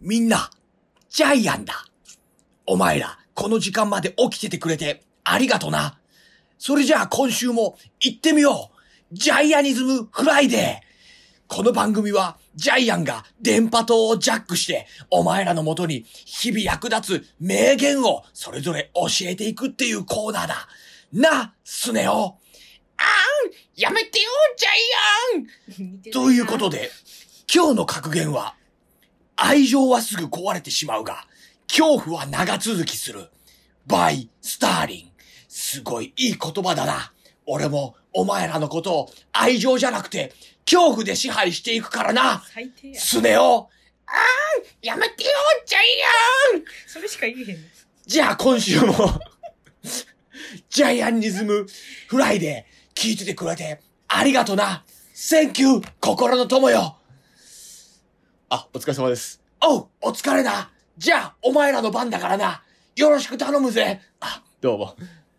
みんな、ジャイアンだ。お前ら、この時間まで起きててくれて、ありがとな。それじゃあ今週も行ってみよう。ジャイアニズムフライデー。この番組は、ジャイアンが電波塔をジャックして、お前らのもとに日々役立つ名言をそれぞれ教えていくっていうコーナーだ。な、スネ夫。やめてよ、ジャイアンということで、今日の格言は、愛情はすぐ壊れてしまうが、恐怖は長続きする。by スターリン。すごいいい言葉だな。俺もお前らのことを愛情じゃなくて、恐怖で支配していくからな。 最低や。 スネ夫。やめてよ、ジャイアン。 それしか言えへんの。 じゃあ今週も、ジャイアニズムフライデー聞いててくれてありがとな。Thank you 心の友よ。 お疲れ様です。 お疲れな。じゃあお前らの番だからな。よろしく頼むぜ。 どうも。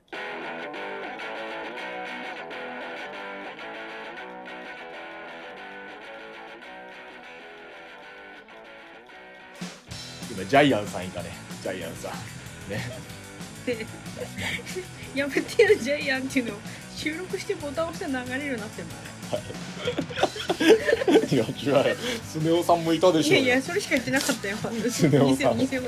今ジャイアンさんいたね。ジャイアンさんね。 やめてよ、ジャイアンっていうのを収録してボタン押して流れるようになってんの。 いや違うよ。スネ夫さんもいたでしょ。 いやそれしか言ってなかったよ。 スネ夫さん。 偽物。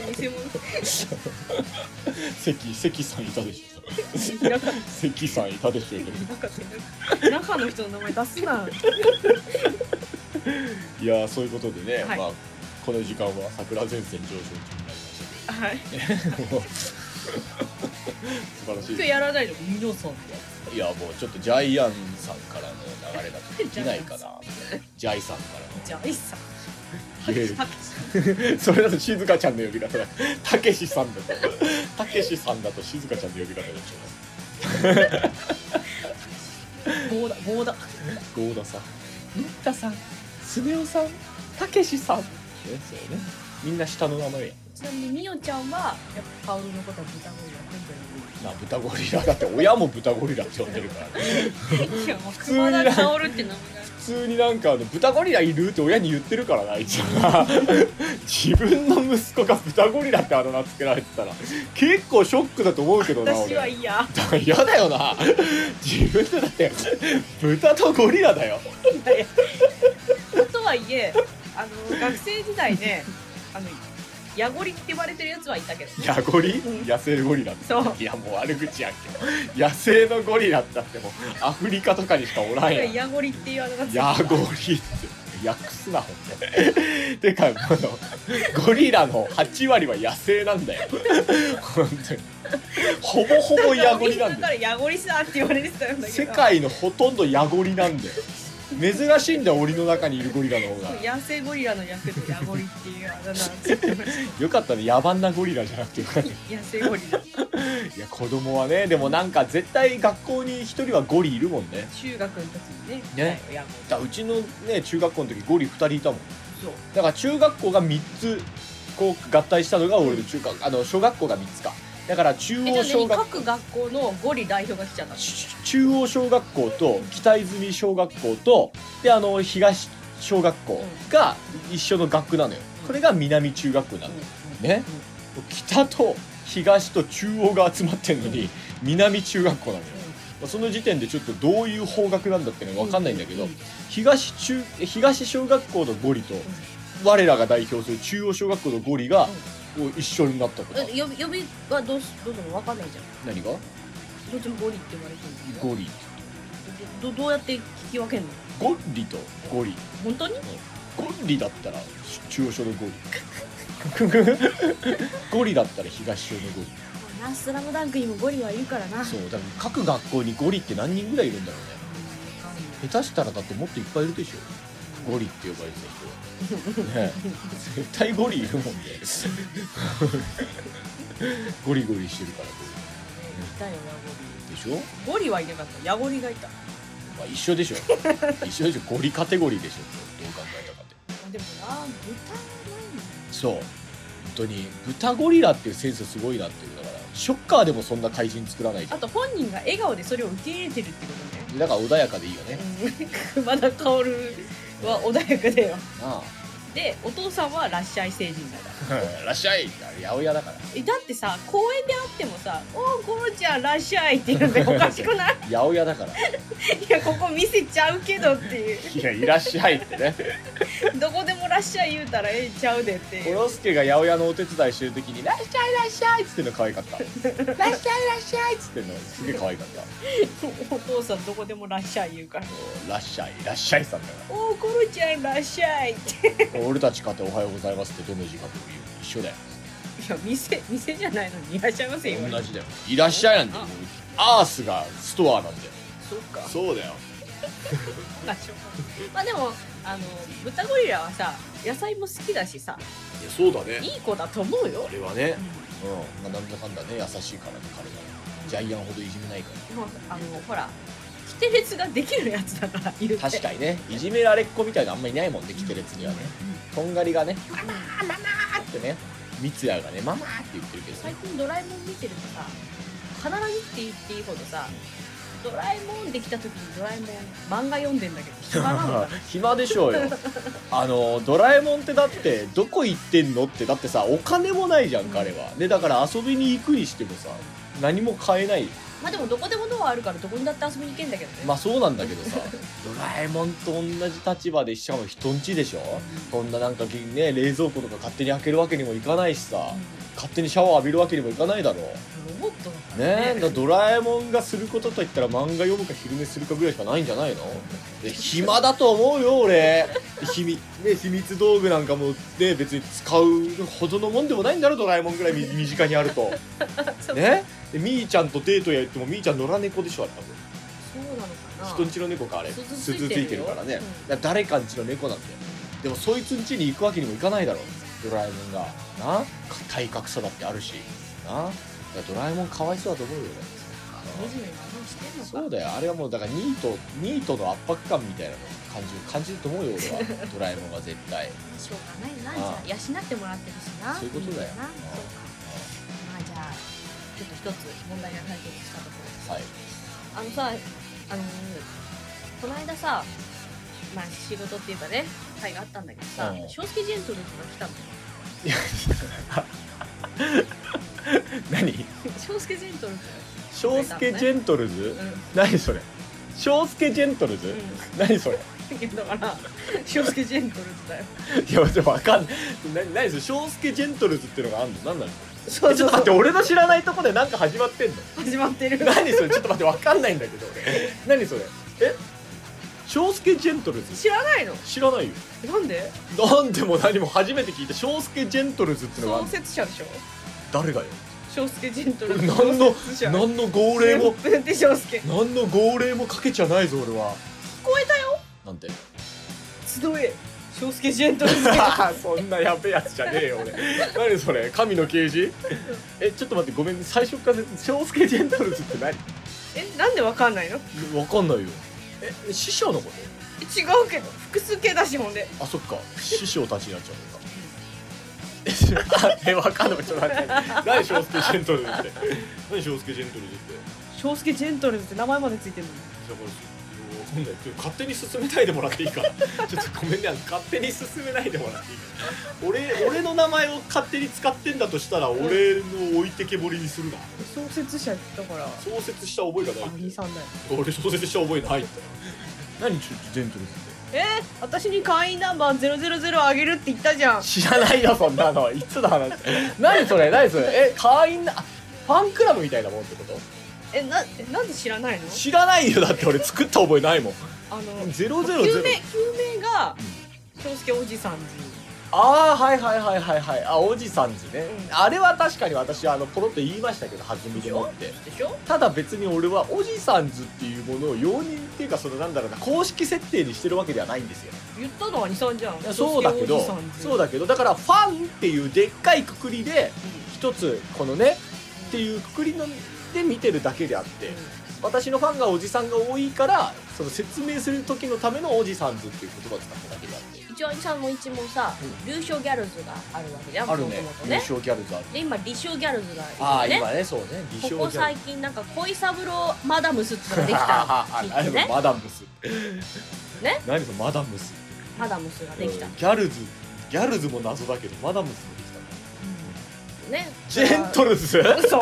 関さんいたでしょ。 なかった。 関さんいたでしょ。 なかったよ。中の人の名前出すな。 いやそういうことでね、 はい、 この時間は桜前線上昇中になりましたけど。 はい。 素晴らしい。 今日やらないの皆さんは。 いやもうちょっとジャイアンさんからの流れができないかな。ジャイさんからの。 ジャイさん。 それだと静香ちゃんの呼び方だ。たけしさんだとたけしさんだと静香ちゃんの呼び方になっちゃう。 ゴーダさん、新田さん、スネ夫さん、たけしさん。そうね。みんな下の名前や。 ちなみにみおちゃんはやっぱカオルのことは豚ゴリラってんじゃない？ 豚ゴリラだって親も豚ゴリラって呼んでるからね。 いやもう熊田カオルって名前が普通になんか豚ゴリラいるって親に言ってるからな、あいつは。自分の息子が豚ゴリラってあだ名つけられてたら結構ショックだと思うけどな。 私は嫌。 嫌だよな。自分でだって豚とゴリラだよ。 とはいえ学生時代ねヤゴリって言われてるやつはいたけど、 ヤゴリ、野生ゴリラって。 そういやもう悪口やんけ。野生のゴリラってあってもアフリカとかにしかおらんやん。 ヤゴリっていうあだ名ついてヤゴリって訳すなほんで。てかゴリラの8割は野生なんだよ。本当にほぼほぼヤゴリなんだよ。 ヤゴリさって言われてたんだけど、 世界のほとんどヤゴリなんだよ。珍しいんだよ、檻の中にいるゴリラの方が。 野生ゴリラの役でヤゴリっていうあだ名ついてましよかったね、野蛮なゴリラじゃなくてよかった。 野生ゴリラ。 いや子供はね、でもなんか絶対学校に一人はゴリいるもんね。 中学の時にね。だうちのね中学校の時ゴリ2人いたもん。 そうだから中学校が3つこう合体したのが俺の小学校が3つか。だから中央小学校、 各学校のゴリ代表が来ちゃった。 中央小学校と北泉小学校とで東小学校が一緒の学区なのよ。これが南中学校なのよね。北と東と中央が集まってんのに南中学校なのよ。その時点でちょっとどういう方角なんだってね分かんないんだけど、東小学校のゴリと我らが代表する中央小学校のゴリが一緒になったとか。 呼びはどうするの分かんないじゃん。 何が？ どっちもゴリって言われてるんだゴリ。 どうやって聞き分けんの？ ゴリとゴリ。 本当に？ ゴリだったら中央小のゴリ。ゴリだったら東小のゴリ。 スラムダンクにもゴリはいるからな。 そう、だから各学校にゴリって何人ぐらいいるんだろうね。下手したらだってもっといっぱいいるでしょ。ゴリって呼ばれてた人。ね、絶対ゴリいるもんね。ゴリゴリしてるから。 いたよヤゴリ。 でしょ？ ゴリはいなかった。ヤゴリがいた。 まあ一緒でしょ。一緒でしょ。ゴリカテゴリーでしょ。どう考えたかって。 でもな、豚はないんだ。 そう。本当に豚ゴリラっていうセンスすごいなっていう。だからショッカーでもそんな怪人作らないじゃん。 あと本人が笑顔でそれを受け入れてるってことね。 だから穏やかでいいよね。 熊田薫は穏やかだよ。 ああ。 でお父さんはらっしゃい星人だかららっしゃい八百屋だから。 だってさ公園で会ってもさ「おーゴロちゃんらっしゃい」って言うのおかしくない八百屋だから。 いやここ見せちゃうけどっていういやいらっしゃいってね。 どこでもらっしゃい言うたらええちゃうでっていうコロスケが八百屋のお手伝いしてる時に「らっしゃいらっしゃい」っつってんの可愛かった「らっしゃいらっしゃい」っつってんのすげえ可愛かったお父さんどこでもらっしゃい言うから 「らっしゃいらっしゃい」さんだか 「おーゴロちゃんらっしゃい」ってら俺たちかって「おはようございます」ってどの字書くの一緒だよ。 いや店じゃないのにいらっしゃいませよ同じだよ。いらっしゃいなんだよ。アースがストアなんだよ。 そっかそうだよ。 まあしょうがないまあでも豚ゴリラはさ野菜も好きだしさいやそうだね。 いい子だと思うよあれはね、まあなんだかんだね優しいからね彼が。ジャイアンほどいじめないかでもほらキテレツができるやつだから言うてら。確かにね、いじめられっ子みたいなのあんまいないもんね、キテレツにはね。とんがりがね、ママーママーってね、三ツ矢がね、ママーって言ってるけど最ね。 近ドラえもん見てるとさ必ずって言っていいほどさドラえもんできた時にドラえもん漫画読んでんだけど暇なのかな暇でしょうよ。ドラえもんってだってどこ行ってんのってだってさお金もないじゃん彼は。でだから遊びに行くにしてもさ何も買えない。 まあでもどこでもドアあるからどこにだって遊びに行けんだけどねまあそうなんだけどさドラえもんと同じ立場でしかも人んちでしょ。そんななんかね冷蔵庫とか勝手に開けるわけにもいかないしさ、勝手にシャワー浴びるわけにもいかないだろう。 ロボットだからねえ、だからドラえもんがすることといったら漫画読むか昼寝するかぐらいしかないんじゃないの。で暇だと思うよ俺。秘密道具なんかもね別に使うほどのもんでもないんだろドラえもんぐらい身近にあるとね。でみーちゃんとデートやってもみーちゃん野良猫でしょあれ多分。 そうなのかな人んちの猫かあれ鈴鈴つついてるよいてるからね、 うんだから誰かんちの猫なんだよ。でもそいつんちに行くわけにもいかないだろドラえもんがな。体格差だってあるしな。だからドラえもんかわいそうだと思うよね。 ネジの今のしてんのかそうだよあれはもうだからニートの圧迫感みたいなの感じると思うよ俺はドラえもんは絶対しょうがないなじゃあ養ってもらってるしなそういうことだよいいなそうかまあじゃあちょっと一つ問題が解決したところはいさこの間さまあ仕事っていうかね会があったんだけどさうん翔介ジェントルズが来たのよいや何翔介ジェントルズ翔介ジェントルズ、 うん何それ翔介ジェントルズ、何それだから翔介ジェントルズだよいやでもわかんない何それ翔介ジェントルズっていうのがあんの何なの。 そうちょっと待って俺の知らないとこでなんか始まってんの。 始まってる何それちょっと待ってわかんないんだけど俺何それ翔介ジェントルズ知らないの知らないよ。 なんでなんでも何も初めて聞いた翔介ジェントルズってのがある創設者でしょ誰がよ。 翔介ジェントルズ何の創設者何の号令も順風で翔介聞何の号令もかけちゃないぞ俺は。 こえたよなんて集え翔介ジェントルズそんなやべえやつじゃねえよ俺。何それ神の啓示ちょっと待ってごめん最初から翔介ジェントルズって何。 なんでわかんないのわかんないよ。師匠のこと違うけど複数形だしほんであそっか師匠たちになっちゃうのかわかんないちょっと待って何翔介ジェントルズって何翔介ジェントルズって翔介ジェントルズって名前までついてるのだからわかんない勝手に進めないでもらっていいかちょっとごめんね勝手に進めないでもらっていいか俺の名前を勝手に使ってんだとしたら俺の置いてけぼりにするな。 創設者だから創設した覚えがない兄さんだよ俺創設した覚えないって何ジェントルズって私に会員ナンバー000あげるって言ったじゃん知らないよそんなのいつの話何それ会員なファンクラブみたいなもんってことなんで知らないの知らないよだって俺作った覚えないもん救 000 命が翔介おじさんずああはいあおじさんズね、 うんあれは確かに私ポロッと言いましたけど弾みでもってでしょただ別に俺はおじさんズっていうものを容認っていうかそのなんだろうな公式設定にしてるわけではないんですよ。 言ったのは兄さんじゃんいやそうだけどだからファンっていうでっかいくくりで一つこのねっていうくくりので見てるだけであって私のファンがおじさんが多いからその説明する時のためのおじさんズっていう言葉を使っただけであって一応兄さんも一もさ流暢ギャルズがあるわけじゃんあるね優もともとね勝ギャルズあるで今理想ギャルズがああいるよね今ねそうね理想ギャルズここ最近なんか恋三郎マダムスってのができたって言ってねマダムスね何そのマダムスマダムスができたギャルズギャルズも謎だけどマダムズもできたの。 ね、 ジェントルズ嘘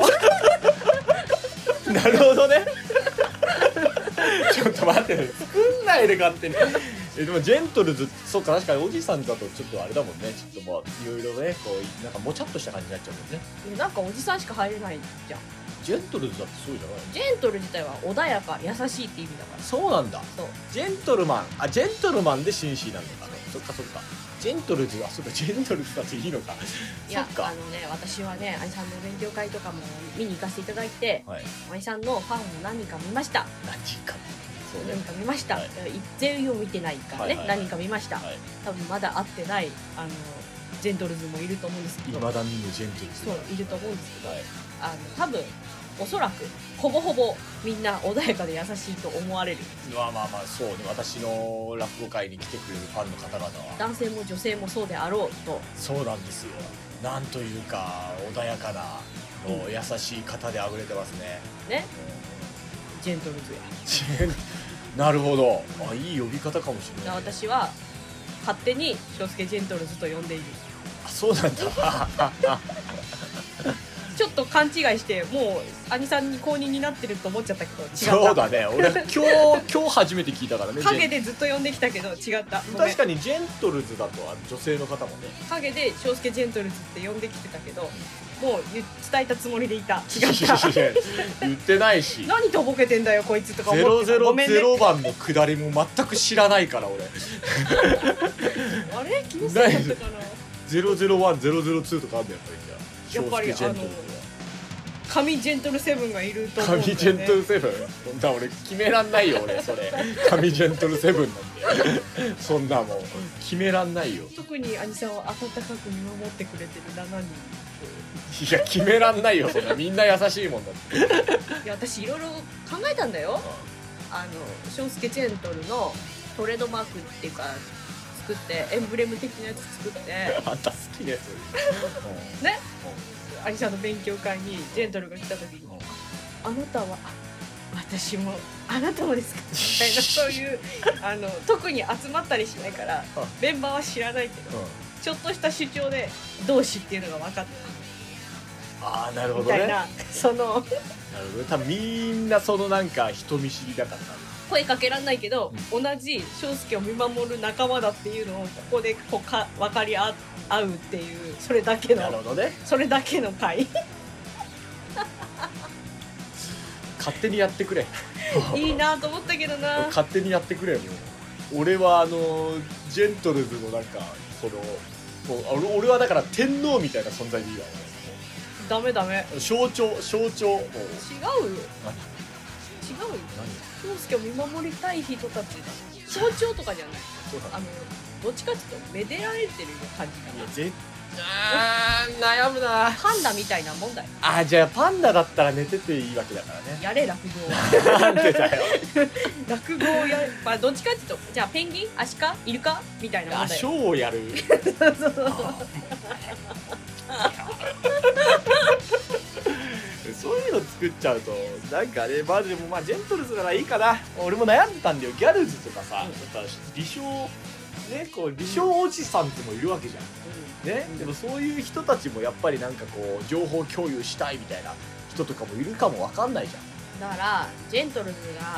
なるほどねちょっと待ってね、作んないで勝手にでもジェントルズ、そうか、確かにおじさんだとちょっとあれだもんね、ちょっとまあいろいろね、こうなんかもちゃっとした感じになっちゃうもんね。 なんかおじさんしか入れないじゃん。 ジェントルズだってそうじゃない？ ジェントル自体は穏やか優しいって意味だから。 そうなんだ。 そうジェントルマン、ジェントルマンで紳士なんだか。そっかそっか。ジェントルズは、そうか、ジェントルズだっていいのか。 いやそっか。 私はね、兄さんの勉強会とかも見に行かせていただいて、 はい。 兄さんのファンも何人か見ました。 何時間。そうね何。人か見ました。 はい全員を見てないからね、 はいはい何人か見ました。 はい。 多分まだ会ってないジェントルズもいると思うんですけど、 未だ見ぬジェントルズ。 そういると思うんですけど、 はい。 多分おそらくほぼほぼみんな穏やかで優しいと思われる。 まあまあまあ、そうね。私の落語会に来てくれるファンの方々は。 男性も女性もそうであろうと。 そうなんですよ。なんというか穏やかなの優しい方で溢れてますね。 ね、ジェントルズや。 なるほど。あ、いい呼び方かもしれない。 私は勝手に翔介ジェントルズと呼んでいる。 あ、そうなんだ。 ちょっと勘違いしてもう兄さんに公認になってると思っちゃったけど違った。 そうだね。俺今日初めて聞いたからね。 影でずっと呼んできたけど違った。ごめん確かにジェントルズだと女性の方もね。 影で翔介ジェントルズって呼んできてたけど、もう伝えたつもりでいた。違った。 いや言ってないし。 何とぼけてんだよこいつとか思ってた。ごめんね。 000番の下りも全く知らないから俺。 あれ気のせいだったかな。 001、002とかあるんだよやっぱり翔介ジェントルズは。 神ジェントルセブンがいると思うんだよね。 神ジェントルセブン、そんな俺決めらんないよ俺それ。神ジェントルセブンなんでそんなもん決めらんないよ。 特に兄さんを温かく見守ってくれてる7人。 いや決めらんないよそんな、みんな優しいもんだって。 いや私いろいろ考えたんだよ。翔介ジェントルのトレードマークっていうか作ってエンブレム的なやつ作ってあんた好きねそれ。 ね、兄さんの勉強会にジェントルが来た時にあなたは私もあなたもですかみたいなそういう特に集まったりしないからメンバーは知らないけど、ちょっとした主張で同志っていうのが分かったああなるほどね。 みたいな、そのなるほどね。多分みんなそのなんか人見知りだから声かけらんないけど、同じ翔介を見守る仲間だっていうのをここで分かり合うっていうそれだけなるのほどね。 それだけの会勝手にやってくれ。 いいなと思ったけどな。 勝手にやってくれよ。もう俺はジェントルズのなんかそのもう俺はだから天皇みたいな存在でいいわ。 ダメダメ。 象徴もう。 違うよ。違うよ。翔介を見守りたい人たちだ。象徴とかじゃない。 そうだどっちかっていうとめでられてる感じかな。 悩むな。 パンダみたいなもんだよ。 じゃあパンダだったら寝てていいわけだからね。 やれ落語。 なんでだよ。 落語をやる。まあどっちかっていうとじゃあペンギン、アシカ、イルカみたいなもんだよ。 ショーをやる。そういうの作っちゃうとなんかね、まあでもまあジェントルズならいいかな。俺も悩んでたんだよ。ギャルズとかさ、やっぱ美少ね、こう美少おじさんってもいるわけじゃん。ね、でもそういう人たちもやっぱりなんかこう情報共有したいみたいな人とかもいるかもわかんないじゃん。 だからジェントルズ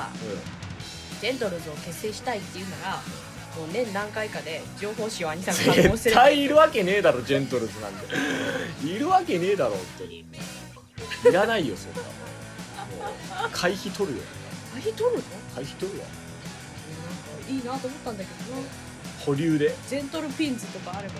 を結成したいっていうならもう年何回かで情報誌を兄さんが発行する。 絶対いるわけねえだろジェントルズなんて。いるわけねえだろ本当に。いらないよそんなの。もう会費取るよ。 会費取るの？ 会費取るわ。 なんかいいなと思ったんだけどな。 保留でジェントルピンズとかあれば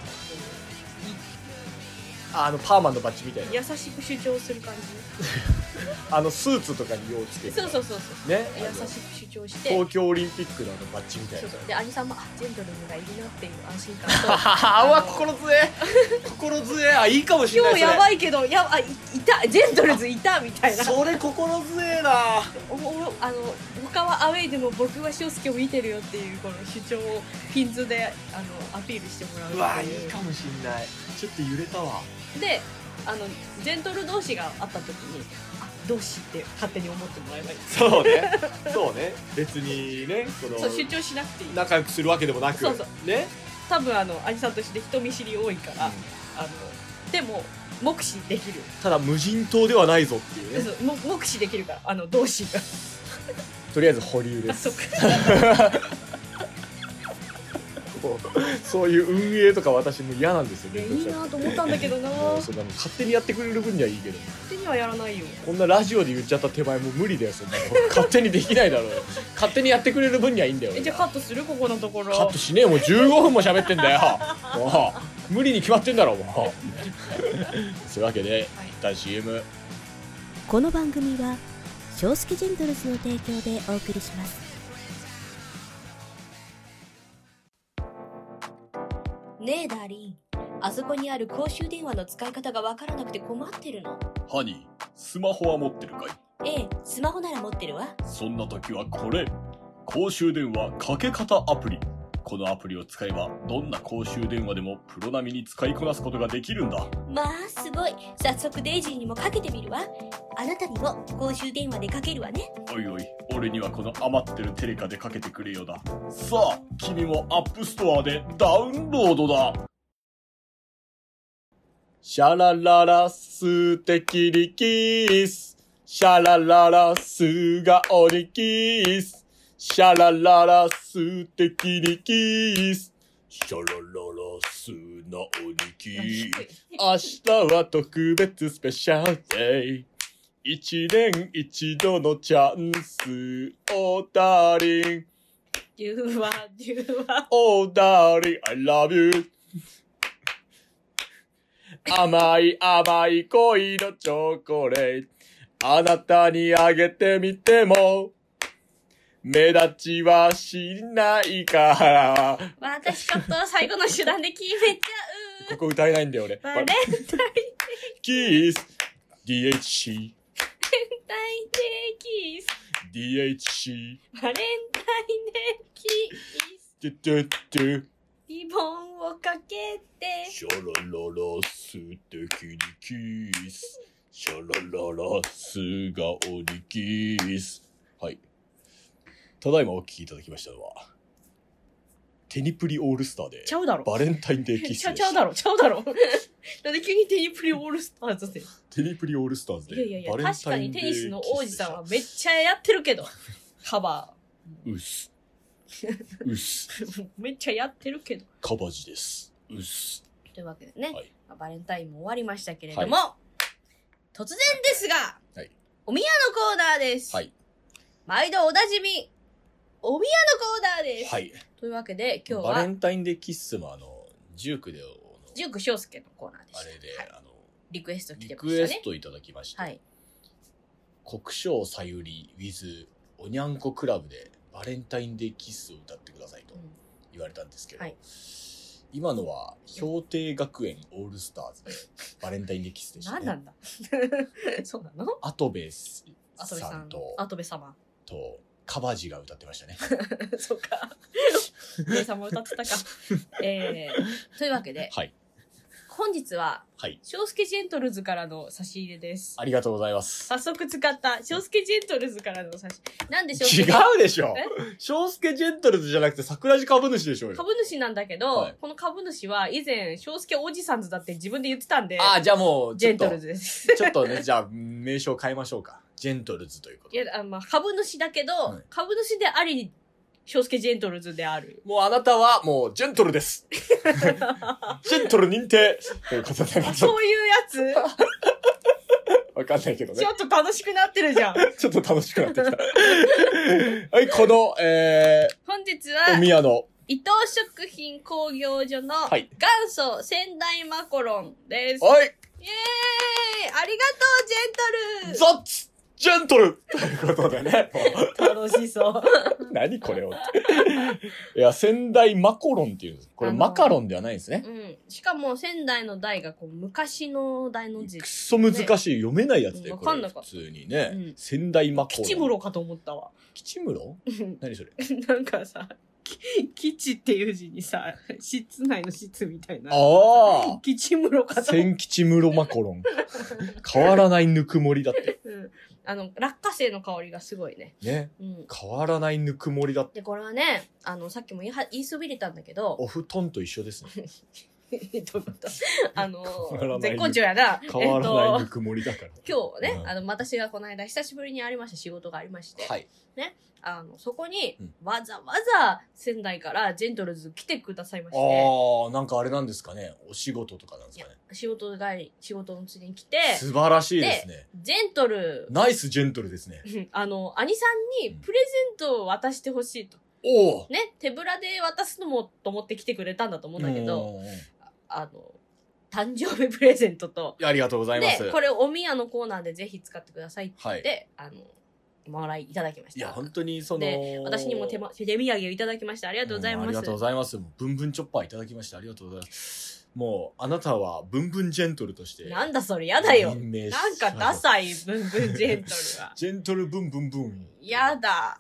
パーマンのバッジみたいな。 優しく主張する感じ。 スーツとかに用をつける。 そうそうね、 優しく主張して東京オリンピックのバッジみたいな。 で兄さんもジェントルズがいるなっていう安心感とうわ心強え心強え。いいかもしれない。 今日やばいけどいたジェントルズいたみたいな。 それ心強えな。 他はアウェイでも僕は翔介を見てるよっていうこの主張をピンズでアピールしてもらうっていう。 うわいいかもしんない。ちょっと揺れたわ。 でジェントル同士が会った時に同士って勝手に思ってもらえばいい。 そうね別にねそう主張しなくていい。 仲良くするわけでもなくそうそうね。 多分兄さんとして人見知り多いから、でも目視できる。 ただ無人島ではないぞっていうね。 そう目視できるから同志が。 とりあえず保留です。 あ、そっか。 そういう運営とか私も嫌なんですよね。 いいなと思ったんだけどな。 そんなの勝手にやってくれる分にはいいけど、 勝手にはやらないよ。 こんなラジオで言っちゃった手前もう無理だよ。そんなの勝手にできないだろうよ。勝手にやってくれる分にはいいんだよ。 じゃあカットするここのところ。 カットしねえ。もう15分も喋ってんだよ。もう無理に決まってんだろもう。そういうわけで、一旦 CM。 この番組は正式ジェントルズの提供でお送りします。 ねえダーリン、あそこにある公衆電話の使い方がわからなくて困ってるの。 ハニー、スマホは持ってるかい？ ええ、スマホなら持ってるわ。 そんな時はこれ。公衆電話かけ方アプリ。このアプリを使えばどんな公衆電話でもプロ並みに使いこなすことができるんだ。 まあすごい。早速デイジーにもかけてみるわ。あなたにも公衆電話でかけるわね。 おいおい、俺にはこの余ってるテレカでかけてくれよだ。さあ、君もアップストアでダウンロードだ。 シャラララ素敵にキース。シャラララ素顔にキース。シャラララ素敵にキース。シャラララ素直にキース。明日は特別スペシャルデイ。一年一度のチャンス。オーダーリン。 デューワデューワ。 オーダーリン I love you。甘い甘い恋のチョコレート。あなたにあげてみても目立ちはしないから。 私ちょっと最後の手段で決めちゃここ歌えないんだよ俺。 バレンタインデーキース DHC タインデーキース DHC バレンタインデーキーストゥトゥトゥリボンをかけてシャラララ素敵にキース。シャラララ素顔にキース。はい。ただいまお聞きいただきましたのは、テニプリオールスターでちゃうだろバレンタインデーキッスでした。 ちゃうだろなんで急にテニプリオールスターズってテニプリオールスターズでいやバレンタインデーキッスでした。 確かにテニスの王子さんはめっちゃやってるけどカバーうっすうっすめっちゃやってるけどカバジです。うっすというわけでね、 はい、 バレンタインも終わりましたけれども、 は突然ですが、 はい、 お宮のコーナーです。 はい、 毎度おなじみお宮のコーナーです。 はい、 というわけで今日はバレンタインデーキッスもジュークでジューク翔介のコーナーでした。 あれで、 はい、リクエスト来てましたね。 リクエストいただきました。 はい。 国生さゆり with おにゃんこクラブでバレンタインデーキッスを歌ってくださいと言われたんですけど、 はい、 今のは氷定学園オールスターズでバレンタインデーキッスでしたね。 何なんだそうなの？ アトベさんとアトベ様とカバジが歌ってましたね。 そうか。ベイさんも歌ってたか。というわけで、 はい、 本日は、 はい、 翔介ジェントルズからの差し入れです。 ありがとうございます。 早速使った翔介ジェントルズからの差し入れ。なんで翔介？ 違うでしょ。翔介ジェントルズじゃなくて桜地株主でしょうよ。 株主なんだけど、はい、この株主は以前翔介おじさんズだって自分で言ってたんで。 ああ、じゃあもうジェントルズです。 ちょっとね、じゃあ名称変えましょうか。ジェントルズということで。 いや、まあ、株主だけど、はい、株主であり、翔介ジェントルズである。 もうあなたはもうジェントルです。ジェントル認定ということで。 そういうやつわかんないけどね。 ちょっと楽しくなってるじゃん。 ちょっと楽しくなってきた。はい、この、 本日は、 お宮の伊藤食品工業所の、 はい、 元祖仙台マコロンです。 はい。 イエーイありがとう、ジェントルザッツジェントルということでね。 楽しそう。 何これを。いや、仙台マコロンっていうんです。これマカロンではないんですね。 うん。しかも仙台の台がこう昔の台の字、ね。 くっそ難しい。読めないやつで、 わかんなかった。 普通にね。 うん、 仙台マコロン。 吉室かと思ったわ。 吉室何それなんかさ、基地っていう字にさ、室内の室みたいな。 ああ。 吉室かと。 千吉室マコロン。変わらないぬくもりだって。 うん。 落花生の香りがすごいね。 ね。 うん。 変わらないぬくもりだって。 で、これはね、さっきも言いそびれたんだけど、 お布団と一緒ですね。 どういうこと変わらない絶好調やな。 変わらないぬくもりだから。 今日ね、 うん私がこの間久しぶりにありました仕事がありまして、 はい。 そこにうんわざわざ仙台からジェントルズ来てくださいまして、 ああ、なんかあれなんですかね。お仕事とかなんですいやかね。 仕事のついでに来て、 素晴らしいですね。 ジェントル、 ナイスジェントルですね。 兄さんにプレゼントを渡してほしいと。 おお。 ね、手ぶらで渡すのもと思って来てくれたんだと思うんだけど、誕生日プレゼントと、 ありがとうございます。 で、これお宮のコーナーでぜひ使ってくださいって言って、 はもらいいただきました。 いや、本当にその、 で、私にも手土産をいただきましてありがとうございます。 ありがとうございます。ブンブンチョッパーいただきましてありがとうございます。もう、あなたはブンブンジェントルとして。 なんだそれ、やだよ。 任命しなんかダサい、ブンブンジェントルは。 ジェントルブンブンブン。 やだ。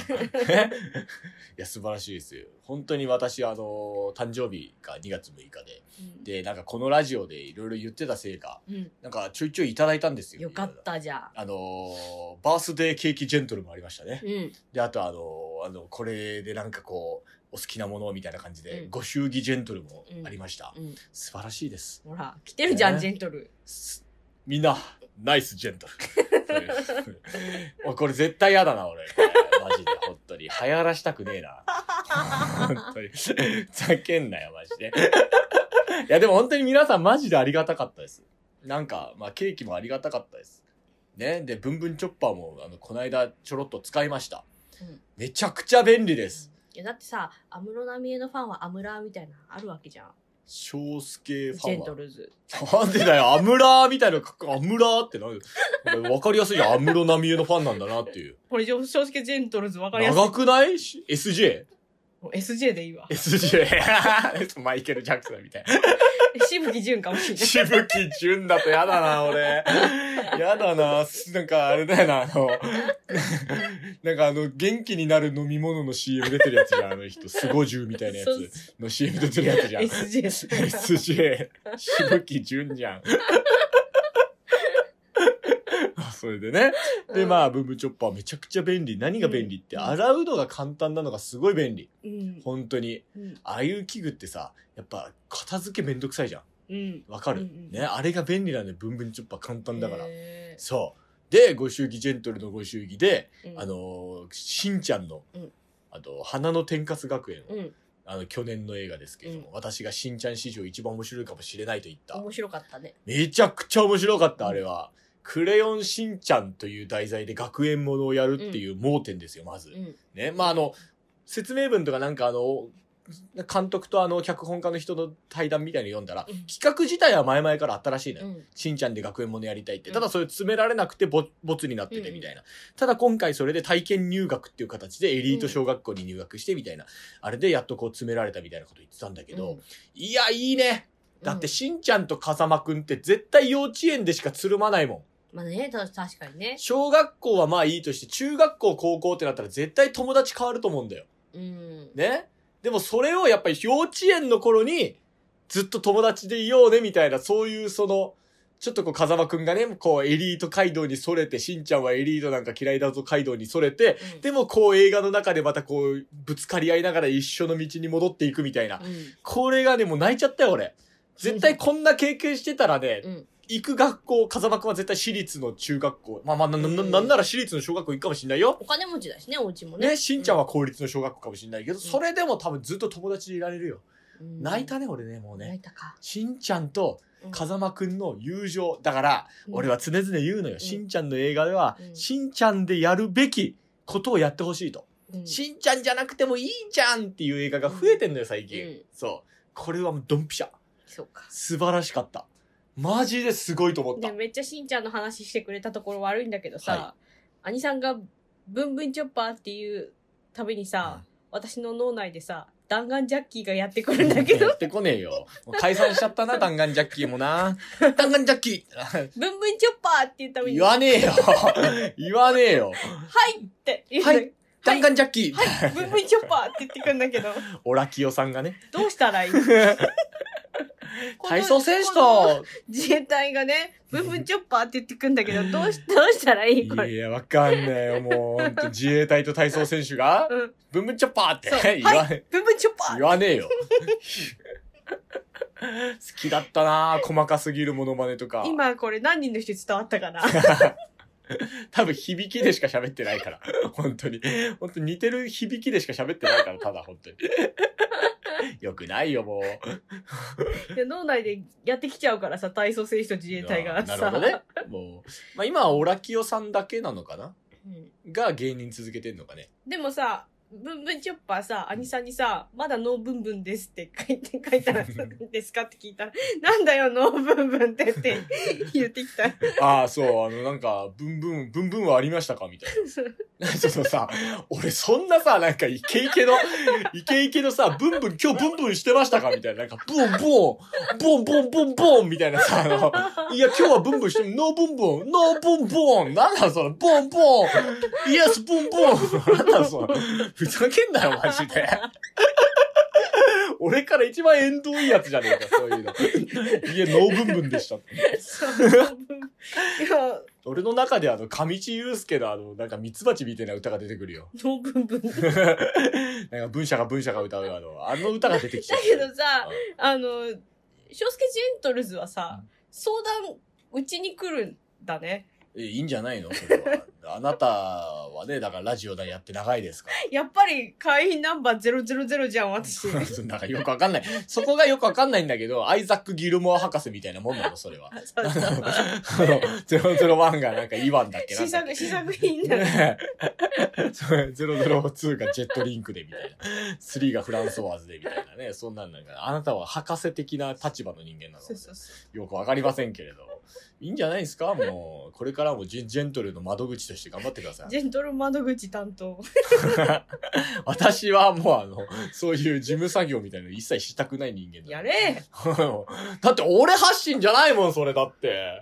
いや、素晴らしいですよ。本当に私、誕生日が2月6日で。で、なんかこのラジオでいろいろ言ってたせいか、 うん。 なんかちょいちょいいただいたんですよ。 よかったじゃん。 バースデーケーキジェントルもありましたね。 うん。 で、あとこれでなんかこう、お好きなものみたいな感じで、 うんご祝儀ジェントルもありました。 うん。 素晴らしいです。 ほら、来てるじゃん、 ねジェントル。 みんな、ナイスジェントル。おいこれ絶対嫌だな、俺。マジで、本当に。流行らしたくねえな。本当に。ふざけんなよ、マジで。いや、でも本当に皆さんマジでありがたかったです。なんか、まあ、ケーキもありがたかったです。ね。で、ブンブンチョッパーも、この間ちょろっと使いました。 うんめちゃくちゃ便利です。 いや、だってさ、安室奈美恵のファンはアムラーみたいなのあるわけじゃん。 小介フジェンァンは。 トルズ。 なんでだよ、アムラーみたいな、アムラーって何わかりやすいじゃん。安室奈美恵のファンなんだなっていう。 これ、正直ジェントルズわかりやすい。 長くない ?SJ?SJ? もう SJ でいいわ。 マイケル・ジャクソンみたいな。 しぶきじゅんかもしれない。 しぶきじゅんだとやだな、俺。やだな。なんかあれだよな、なんか元気になる飲み物の CM 出てるやつじゃん、あの人。スゴジュウみたいなやそうつの CM 出てるやつじゃん。 SJ。 SJ。しぶきじゅんじゃん。それでね。で、まあ、ブンブンチョッパーめちゃくちゃ便利。何が便利って、洗うのが簡単なのがすごい便利。 うん。 本当に。 うん。 ああいう器具ってさ、やっぱ片付けめんどくさいじゃん。 うん。 わかる、 うんうんね、あれが便利なんで、ブンブンチョッパー簡単だから。 へーそう。で、ご祝儀ジェントルのご祝儀で、 うんしんちゃんの、 うん花の天かす学園、 うん。 去年の映画ですけれども、私がしんちゃん史上一番面白いかもしれないと言った。 面白かったね。 めちゃくちゃ面白かった、あれは。クレヨンしんちゃんという題材で学園ものをやるっていう盲点ですよ、まず。 うん。 ね。まあ、説明文とかなんか監督と脚本家の人の対談みたいに読んだら、 うん企画自体は前々からあったらしいのよ。 うん。 しんちゃんで学園ものやりたいって。 うんただそれ詰められなくてボツになっててみたいな。ただ今回それで体験入学っていう形でエリート小学校に入学してみたいな。あれでやっとこう詰められたみたいなこと言ってたんだけど、 うんいや、いいね。だってしんちゃんと風間くんって絶対幼稚園でしかつるまないもん。 まあね、確かにね。 小学校はまあいいとして、中学校、高校ってなったら絶対友達変わると思うんだよ。 うん。 ね。でもそれをやっぱり幼稚園の頃にずっと友達でいようねみたいな、そういうちょっとこう風間くんがね、こうエリート街道にそれて、しんちゃんはエリートなんか嫌いだぞ街道にそれて、 うんでもこう映画の中でまたこうぶつかり合いながら一緒の道に戻っていくみたいな。 うん。 これがね、もう泣いちゃったよ俺。絶対こんな経験してたらね、 うん。 行く学校、風間くんは絶対私立の中学校。まあなんなら私立の小学校行くかもしんないよ。 お金持ちだしね、お家もね。 ね、しんちゃんは公立の小学校かもしんないけど、それでも多分ずっと友達でいられるよ。 うん泣いたね、俺ね、もうね。 泣いたか。 しんちゃんとうん風間くんの友情。だから、 うん俺は常々言うのよ。しんちゃんの映画では、 うんしんちゃんでやるべきことをやってほしいと。 うんしんちゃんじゃなくてもいいじゃんっていう映画が増えてんのよ、最近。 うんそう。これはもうドンピシャ。 そうか。 素晴らしかった。マジですごいと思ったで、。めっちゃしんちゃんの話してくれたところ悪いんだけどさ、 は兄さんがブンブンチョッパーっていうたびにさ、私の脳内でさ、弾丸ジャッキーがやってくるんだけどや、ってこねえよ。もう解散しちゃったな、弾丸ジャッキーもな。弾丸ジャッキーブンブンチョッパーって言ったびに、 言わねえよ。言わねえよ。 はいって言うのはい弾丸ジャッキー、 はい、ブンブンチョッパーって言ってくるんだけど、 オラキヨさんがね。 どうしたらいい体操選手と、 自衛隊がね、ブンブンチョッパーって言ってくんだけど、どうしたらいいこれ。 いや、わかんねえよ、もう、ほんと自衛隊と体操選手が、 うん。 ブンブンチョッパーってそう言わね、 ブンブンチョッパー言わねえよ。好きだったな細かすぎるモノマネとか。 今これ何人の人に伝わったかな多分響きでしか喋ってないから。本当に。本当に似てる響きでしか喋ってないから、ただ本当に。よくないよ、もう。 いや脳内でやってきちゃうからさ、体操選手と自衛隊がさ。 なるほどね。もう。まあ今はオラキオさんだけなのかなうんが芸人続けてんのかね。 でもさ、ブンブンチョッパーさ、兄さんにさ、まだノーブンブンですって書いたら、ですかって聞いたら、なんだよ、ノーブンブンって言ってきた。 ああ、そう、なんか、ブンブンはありましたかみたいな。そのさ、俺そんなさ、なんかイケイケのさ、ブンブン、今日ブンブンしてましたかみたいな。なんか、ボンボンみたいなさ、いや、今日はブンブンしてる、ノーブンボンなんだその、ボンイエスブンボンなんだその、ふざけんなよ、マジで。俺から一番縁遠いやつじゃねえか、そういうの。いや、ノーブンブンでした。 そういや、 俺の中で上地雄介のなんかミツバチみたいな歌が出てくるよ。 ノーブンブン。だなんか文社が歌うあの歌が出てきちゃう。 けどさ、翔介ジェントルズはさ、相談、うちに来るんだね。 いいんじゃないのそれは。あなたはね、だからラジオでやって長いですから。 やっぱり会員ナンバー000じゃん、私。 なんかよくわかんない。そこがよくわかんないんだけど、アイザック・ギルモア博士みたいなもんなの、それは。 そうそう。 001がなんかイワンだっけな。 試作品だね。 002がジェットリンクでみたいな。3がフランソワーズでみたいなね。そんなんなんか、あなたは博士的な立場の人間なの。 そうそうそよくわかりませんけれど。いいんじゃないですかもう、これからもジェントルの窓口として頑張ってください。 ジェントル窓口担当。 私はもうそういう事務作業みたいなの一切したくない人間だ。 やれだって俺発信じゃないもん、それだって。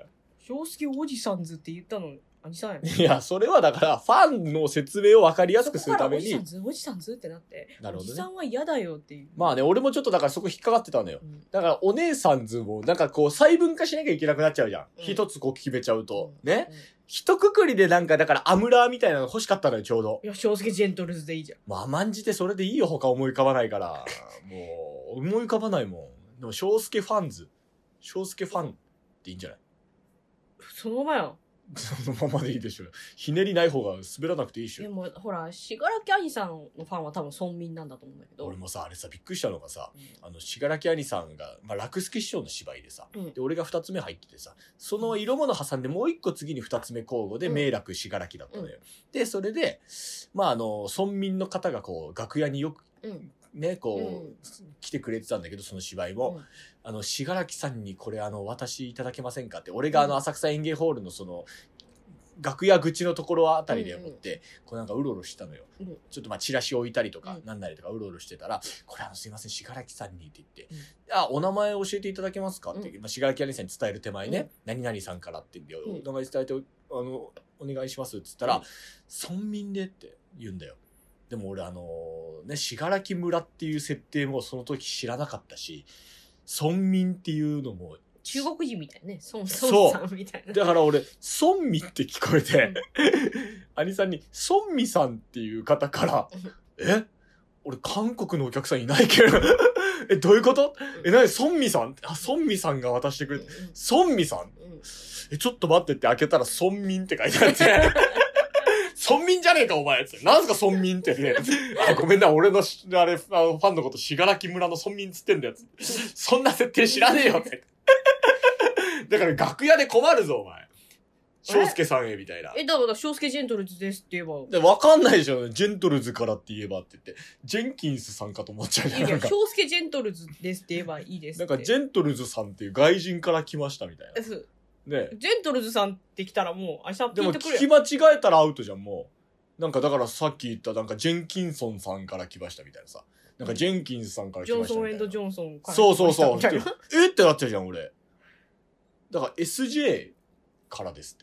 翔介おじさんずって言ったの、兄さんやね。 いや、それはだから、ファンの説明を分かりやすくするために。 おじさんずってなって。 なるほどね。 おじさんは嫌だよっていう。 まあね、俺もちょっとだからそこ引っかかってたのよ。 うん、 だからお姉さんずも、なんかこう細分化しなきゃいけなくなっちゃうじゃん。一つこう決めちゃうと。ね。一括りでなんか、だからアムラーみたいなの欲しかったのよ、ちょうど。 いや、翔介ジェントルズでいいじゃん。 まあ、甘んじてそれでいいよ、他思い浮かばないから。もう、思い浮かばないもん。でも、翔介ファンっていいんじゃない？ そのままやん。 そのままでいいでしょ。ひねりない方が滑らなくていいでしょ。 でも、ほら、しがらき兄さんのファンは多分村民なんだと思うんだけど。 俺もさ、あれさ、びっくりしたのがさ、しがらき兄さんが、まあ、楽助師匠の芝居でさ、で、俺が二つ目入っててさ、その色物挟んでもう一個次に二つ目交互で、明楽しがらきだったのよ。で、それで、まあ、村民の方がこう、楽屋によく、ね、こう、来てくれてたんだけど、その芝居も、しがらきさんにこれ私いただけませんかって、俺が浅草園芸ホールのその、楽屋口のところあたりで思って、こうなんかうろうろしたのよ。ちょっとまあチラシ置いたりとか、なんなりとかうろうろしてたら、これすいません、しがらきさんにって言って、お名前教えていただけますかって、しがらき兄さんに伝える手前ね、何々さんからって言って、お名前伝えて、お願いしますって言ったら、村民でって言うんだよ。でも俺ね、しがらき村っていう設定もその時知らなかったし、村民っていうのも、 中国人みたいね。孫さんみたいな。 だから俺、孫美って聞こえて、兄さんに、孫美さんっていう方から、俺韓国のお客さんいないけど、どういうこと？何孫美さん？孫美さんが渡してくれて、孫美さん？ちょっと待ってって開けたら村民って書いてあって、村民じゃねえかお前って。なんすか村民ってね。ごめんな、俺の、ファンのことしがらき村の村民つってんだよ。そんな設定知らねえよって。だから楽屋で困るぞ、お前。翔介さんへ、みたいな。 だから、翔介ジェントルズですって言えば。 で、わかんないでしょ。ジェントルズからって言えばって言って。ジェンキンスさんかと思っちゃうじゃん。 いや、翔介ジェントルズですって言えばいいですって。 なんか、ジェントルズさんっていう外人から来ましたみたいな。ね。 ジェントルズさんって来たらもう、あいさんピンとくる。 でも、聞き間違えたらアウトじゃん、もう。なんか、だからさっき言った、なんか、ジェンキンソンさんから来ましたみたいなさ。なんか、ジェンキンスさんから来ましたみたいな。 ジョンソンからそう。ってなっちゃうじゃん、俺。だから SJ からですって。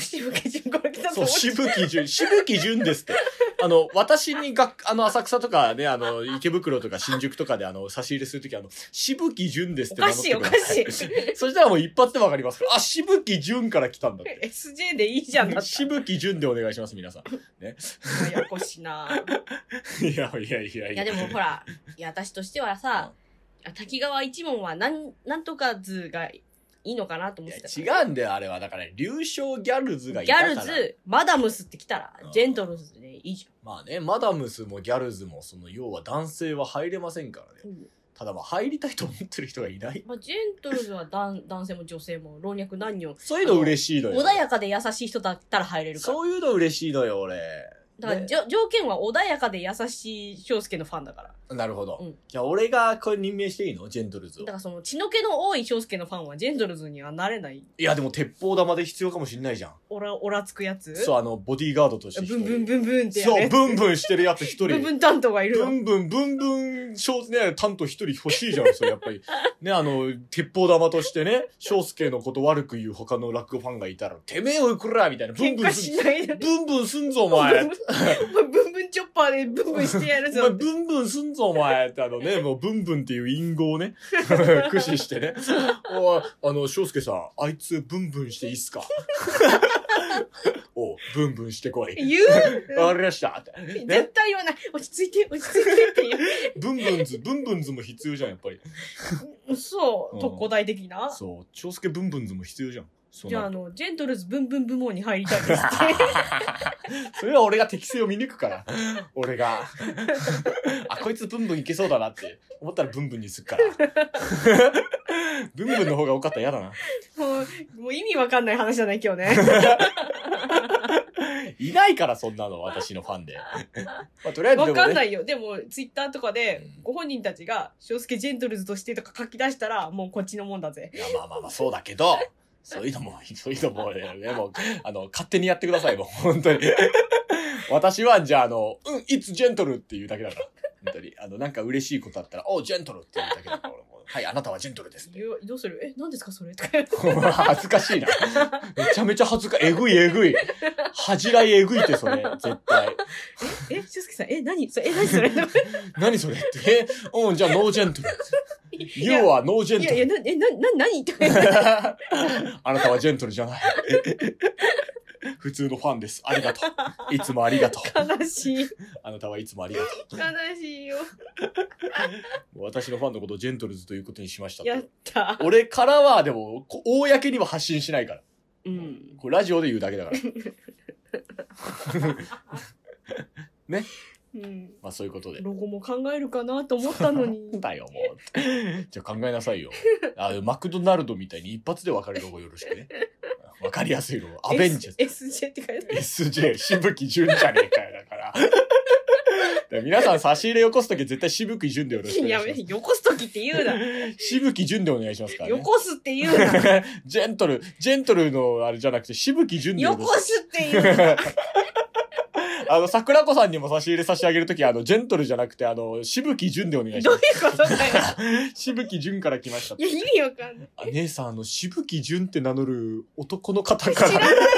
しぶき順から来たそう、しぶき順ですって。 私に浅草とかね、池袋とか新宿とかで差し入れするとき渋木純ですって名乗ってください。 おかしい。 そしたらもう一発でわかりますから、渋木純から来たんだって。 SJ でいいじゃんだった。 渋木純でお願いします、皆さん。ね。 ややこしいな。 いや、 でもほら、私としてはさ、滝川一門はなんとか図がいいのかなと思ってた。 違うんだよ、あれは。だから、流昇ギャルズがいたから。 ギャルズ、マダムスって来たら、ジェントルズでいいじゃん。 まあね、マダムスもギャルズも、要は男性は入れませんからね。ただ入りたいと思ってる人がいない。 ジェントルズは男性も女性も老若男女。 そういうの嬉しいのよ。 穏やかで優しい人だったら入れるから。 そういうの嬉しいのよ、俺。 だから、条件は穏やかで優しい翔介のファンだから。 なるほど。じゃあ俺がこれ任命していいの？ジェントルズを。 だから血の気の多い翔介のファンはジェントルズにはなれない。 いやでも鉄砲玉で必要かもしんないじゃん。 オラつくやつ？ そう、ボディーガードとしてブンブンブンブンってやる。 そう、ブンブンしてるやつ一人。 ブンブン担当がいるの。 ブンブン、担当一人欲しいじゃん、それやっぱり。ね、鉄砲玉としてね、翔介のこと悪く言う他の落語ファンがいたら、てめえをいくらみたいな。 喧嘩しないで。 ブンブンすんぞ、お前。 ブンブンチョッパーでブンブンしてやるぞ。 お前ブンブンすんぞ、お前ってもうブンブンっていう隠語をね、駆使してね。翔介さん、あいつブンブンしていいっすか？おブンブンしてこい。 言う？ わかりました。 ね、絶対言わない。落ち着いてって言う。 ブンブンズも必要じゃん、やっぱり。 そう、特攻隊的な。 そう、翔介ブンブンズも必要じゃん。 じゃあジェントルズブンブン部門に入りたいですって。 それは俺が適性を見抜くから。俺が。こいつブンブンいけそうだなって思ったらブンブンにすっから。ブンブンの方が多かったら嫌だな。 もう意味わかんない話じゃない今日ね。 いないからそんなの、私のファンで。とりあえずわかんないよ。でも、ツイッターとかで、ご本人たちが、翔介ジェントルズとしてとか書き出したら、もうこっちのもんだぜ。 いや、まあ、そうだけど、そういうのも、もう、勝手にやってください、もう、本当に。私は、じゃあ、it's gentle っていうだけだから。本当に。なんか嬉しいことあったら、ジェントルっていうだけだから、俺も。はい、あなたはジェントルです、ね。 どうする？何ですかそれとか。 恥ずかしいな。めちゃめちゃ恥ずかしい。えぐい。恥じらいえぐいって、それ。絶対。 しゅすけさん、何それ何それ何それって。じゃあ、ノージェントル。You are no gentle. いや、何とかあなたはジェントルじゃない。普通のファンです。ありがとう。いつもありがとう。悲しい。 あなたはいつもありがとう。 悲しいよ。 私のファンのことをジェントルズということにしました。 やった。 俺からは、でも、公には発信しないから。これラジオで言うだけだから。ね。まあそういうことで。 ロゴも考えるかなと思ったのに。 だよ、もう。じゃあ考えなさいよ。マクドナルドみたいに一発で分かるロゴよろしくね。わかりやすいロゴ。アベンジャーズ。 SJ って書いてある。 SJ、しぶきじゅんじゃねえかよ、だから。皆さん差し入れよこすとき絶対しぶきじゅんでよろしくお願いします。 よこすときって言うな。 しぶきじゅんでお願いしますからね。 よこすって言うな。 ジェントルのあれじゃなくてしぶきじゅんでよこすって言うな。 桜子さんにも差し入れ差し上げるときジェントルじゃなくてしぶきじゅんでお願いします。 どういうことだよ。 しぶきじゅんから来ました。 いや、意味わかんない。 姉さん、しぶきじゅんって名乗る男の方から。 知らないって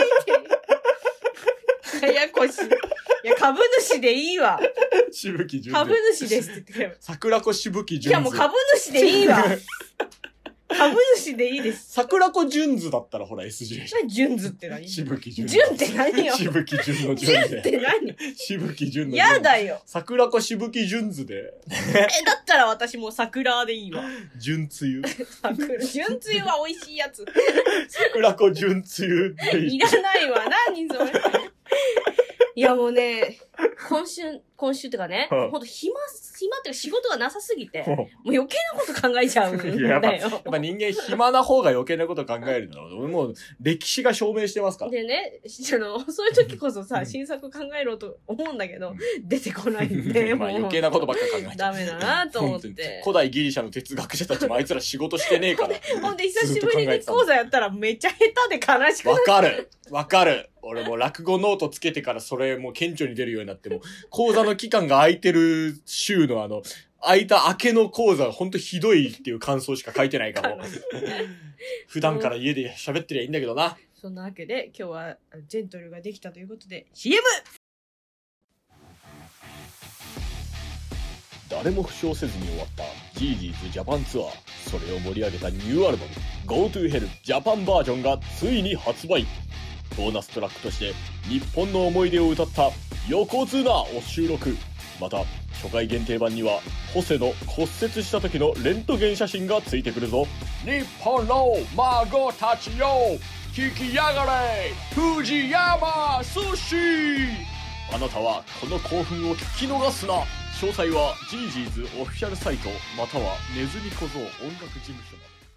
。ややこしい。いや、株主でいいわ。 しぶきじゅん。 株主ですって言ってくれ。 桜子しぶきじゅん。 いや、もう株主でいいわ。株主でいいです。 桜子ジュンズだったらほら SJ。 ジュンズって何？ しぶきじゅん。 ジュンって何よ？ しぶきじゅんのジュンで。 ジュンって何？ しぶきじゅんの。 やだよ。 桜子しぶきジュンズで。 だったら私もう桜でいいわ。 純つゆ。 純つゆは美味しいやつ。 桜子純つゆっていらないわ。何それ。いやもうね、今週ってかね、ほんと暇っていうか仕事がなさすぎて、もう余計なこと考えちゃうんだよ。 やっぱ人間暇な方が余計なこと考えるんだろう。俺もう歴史が証明してますから。 でね、そういう時こそさ、新作考えろと思うんだけど、出てこないんで、 まあ余計なことばっか考えてダメだなと思って。 古代ギリシャの哲学者たちもあいつら仕事してねえから。 ほんで久しぶりに講座やったらめっちゃ下手で悲しくなる。わかる。俺も落語ノートつけてからそれもう顕著に出るようになっても、講座の期間が空いてる週の空いた明けの講座ほんとひどいっていう感想しか書いてないからもう。普段から家で喋ってりゃいいんだけどな。 そんなわけで今日はジェントルができたということで CM！ 誰も負傷せずに終わったジージーズジャパンツアー。それを盛り上げたニューアルバム Go to Hell ジャパンバージョンがついに発売。ボーナストラックとして日本の思い出を歌った横綱を収録。また初回限定版にはホセの骨折した時のレントゲン写真がついてくるぞ。日本の孫たちよ、聞きやがれ藤山寿司。あなたはこの興奮を聞き逃すな。詳細はジージーズオフィシャルサイトまたはネズミ小僧音楽事務所まで。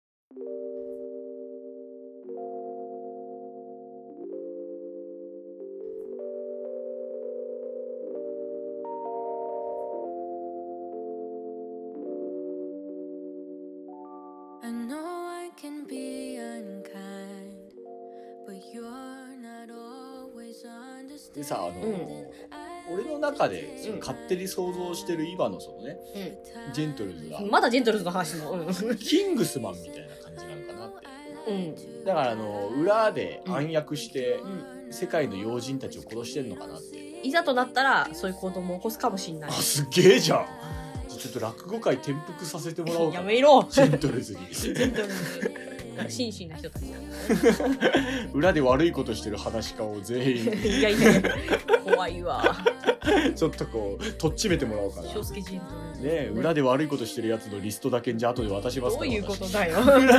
I know I can be unkind, but you're not always でさ、 understanding. 俺の中でその勝手に想像してる今のそのね、ジェントルズがまだジェントルズの話の。 キングスマンみたいな感じなのかなって。だから裏で暗躍して世界の要人たちを殺してんのかなって。 いざとなったらそういう行動も起こすかもしんない。 あ、すげえじゃん。ちょっと落語界転覆させてもらおうかな。 やめろ。 ジェントルズに。 ジェントルズ。真摯な人たちなんだね。 裏で悪いことしてる話家を全員いやいやいや、怖いわ。 ちょっとこうとっちめてもらおうかな。 翔介ジェントルズ。 ねえ、裏で悪いことしてるやつのリストだけじゃ後で渡しますから。 どういうことだよ。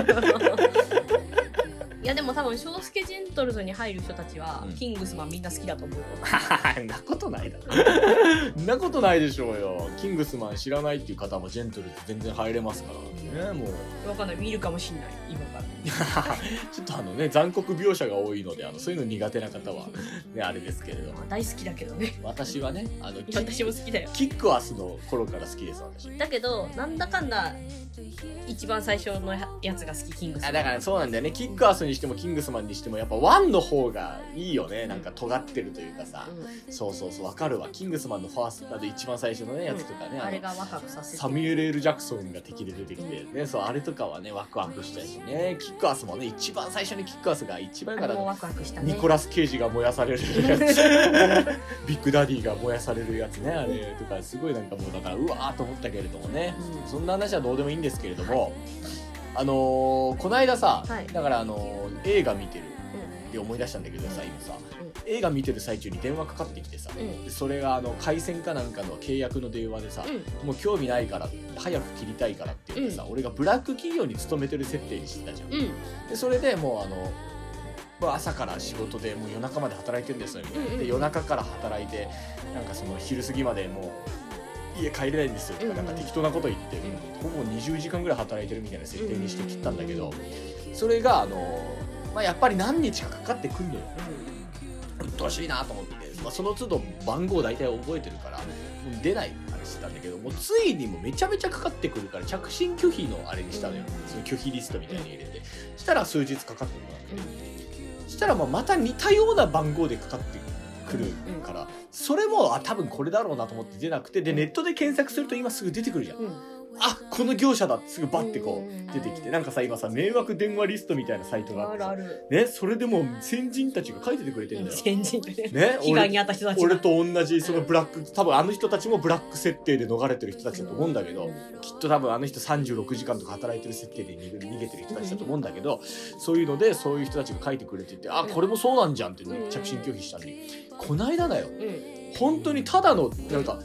いやでも多分翔介ジェントルズに入る人たちは、キングスマンみんな好きだと思うよ。 そんなことないだろ。そんなことないでしょうよ。キングスマン知らないっていう方もジェントルズ全然入れますからね。もうわかんない、見るかもしんない今から。 ちょっと残酷描写が多いのでそういうの苦手な方はねあれですけれども、 大好きだけどね。 私はね私も好きだよ。 キックアスの頃から好きです私。 だけどなんだかんだ一番最初のやつが好き、キングスマン。 だからそうなんだよね。キックアスにしてもキングスマンにしてもやっぱ1の方がいいよね。なんか尖ってるというかさ、そうそうそう、わかるわ。キングスマンのファーストで一番最初のねやつとかね、 あれがワクワクさせて、 サミュエル・L・ジャクソンが敵で出てきてね、そうあれとかはねワクワクしたしね。キックアスもね、一番最初にキックアスが一番からワクワクしたね。 ニコラス・ケイジが燃やされるやつビッグダディが燃やされるやつね、あれとかすごいなんかもうだからうわーと思ったけれどもね、そんな話はどうでもいいんですけれども、この間さ、だから映画見てるって思い出したんだけどさ、今さ映画見てる最中に電話かかってきてさ、でそれが回線かなんかの契約の電話でさ、もう興味ないから早く切りたいからって言ってさ、俺がブラック企業に勤めてる設定にしてたじゃん。でそれでもう朝から仕事でもう夜中まで働いてるんですよ、で夜中から働いてなんかその昼過ぎまでもう家帰れないんですよとかなんか適当なこと言って、ほぼ20時間ぐらい働いてるみたいな設定にして切ったんだけど、それがやっぱり何日かかかってくんのよ。うっとうしいなと思って、その都度番号大体覚えてるからもう出ないあれしてたんだけど、もうついにもめちゃめちゃかかってくるから着信拒否のあれにしたのよ、その拒否リストみたいに入れて、したら数日かかってくるわけ、したらまた似たような番号でかかってくるから、それも多分これだろうなと思って出なくて、でネットで検索すると今すぐ出てくるじゃん、あ、この業者だってすぐバッてこう出てきて、なんかさ今さ迷惑電話リストみたいなサイトがあってさ、ね、それでも先人たちが書いててくれてるんだよ。 先人ね、 被害に遭った人たちが俺と同じそのブラック、多分あの人たちもブラック設定で逃れてる人たちだと思うんだけど、きっと多分あの人36時間とか働いてる設定で逃げてる人たちだと思うんだけど、そういうのでそういう人たちが書いてくれてて、あ、これもそうなんじゃんってね、着信拒否したのに、こないだだよ、本当にただのなんか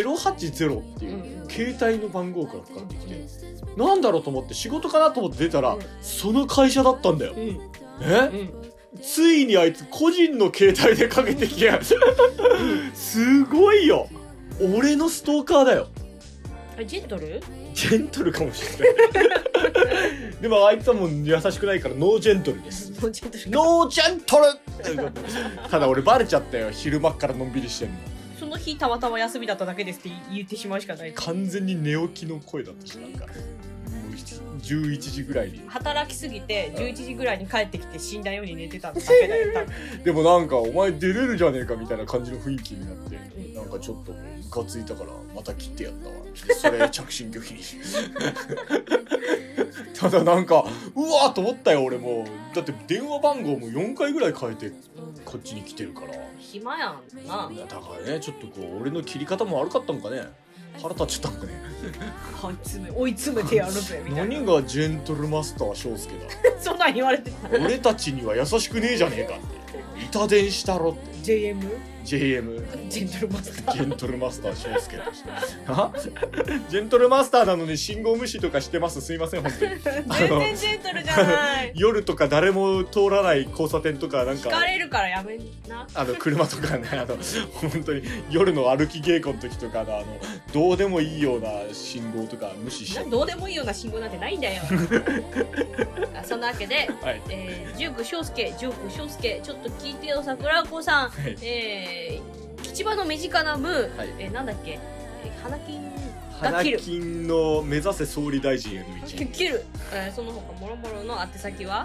080っていう携帯の番号からかかってきて、なんだろうと思って仕事かなと思って出たら、その会社だったんだよ、ついにあいつ個人の携帯でかけてきやすごいよ、俺のストーカーだよ。 ジェントル？ ジェントルかもしれないでもあいつはもう優しくないからノージェントルです。ノージェントルノージェントルただ俺バレちゃったよ、昼間っからのんびりしてんの。 その日たまたま休みだっただけですって言ってしまうしかない。 完全に寝起きの声だったし、なんかもう11時ぐらいに働きすぎて11時ぐらいに帰ってきて死んだように寝てただけだよでもなんかお前出れるじゃねえかみたいな感じの雰囲気になって、なんかちょっとムカついたからまた切ってやったわ。それ着信拒否にただなんかうわーと思ったよ俺も。だって電話番号も4回ぐらい変えてこっちに来てるから、 暇やんな。 だからね、ちょっとこう俺の切り方も悪かったのかね。 腹立っちゃったもんね。 追い詰めてやるぜみたいな。 何がジェントルマスター翔介だ。 そんなん言われてた。 俺たちには優しくねえじゃねえかって。痛電したろって。 JM JM ジェントルマスター。 ジェントルマスター翔介としてはジェントルマスターなのに信号無視とかしてます。すいません本当に。 全然ジェントルじゃない夜とか誰も通らない交差点とかなんか聞かれるからやめな。 車とかね本当に夜の歩き稽古の時とかのどうでもいいような信号とか無視しちゃう。 どうでもいいような信号なんてないんだよそんなわけで、 はい、 ジューク翔介ちょっと聞いてよ桜子さん、 はい、 吉場の身近な無、 はい、 なんだっけ、花金花金の目指せ総理大臣への道切る、その他もろもろの宛先は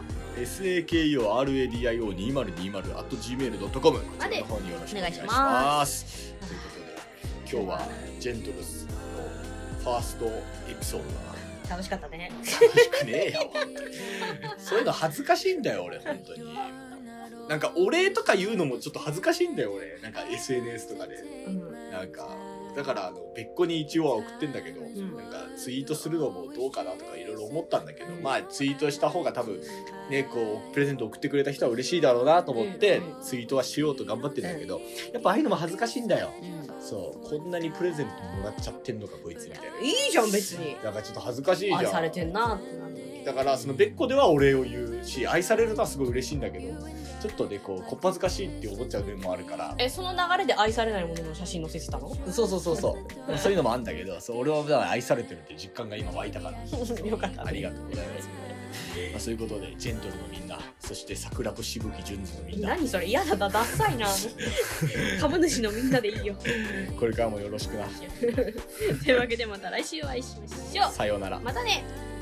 sakoradio2020@gmail.com までの方によろしくお願いしお願ますということで今日はジェントルスのファーストエピソードだな。 楽しかったね。 楽しくねえよそういうの恥ずかしいんだよ俺本当に。なんかお礼とか言うのもちょっと恥ずかしいんだよ俺。なんか SNS とかで、なんかだから別個に一応は送ってんだけど、なんかツイートするのもどうかなとかいろいろ思ったんだけど、まあツイートした方が多分ねこうプレゼント送ってくれた人は嬉しいだろうなと思ってツイートはしようと頑張ってんだけど、やっぱああいうのも恥ずかしいんだよ。そうこんなにプレゼントもらっちゃってんのかこいつみたいな。 いいじゃん別に。 だからちょっと恥ずかしいじゃん。 愛されてんなってなる。 だからその別個ではお礼を言うし愛されるのはすごい嬉しいんだけど、ちょっとねこうこっぱずかしいって思っちゃう面もあるから。 その流れで愛されないものの写真載せてたの？ そうそういうのもあるんだけど、俺はだから愛されてるっていう実感が今湧いたからよかった、ね、 ありがとうございます、そういうことでジェントルのみんな、そして桜子しぶき純次のみんな、 何それ嫌だダサいな株主のみんなでいいよこれからもよろしくなというわけでまた来週お会いしましょう。 さようなら。 またね。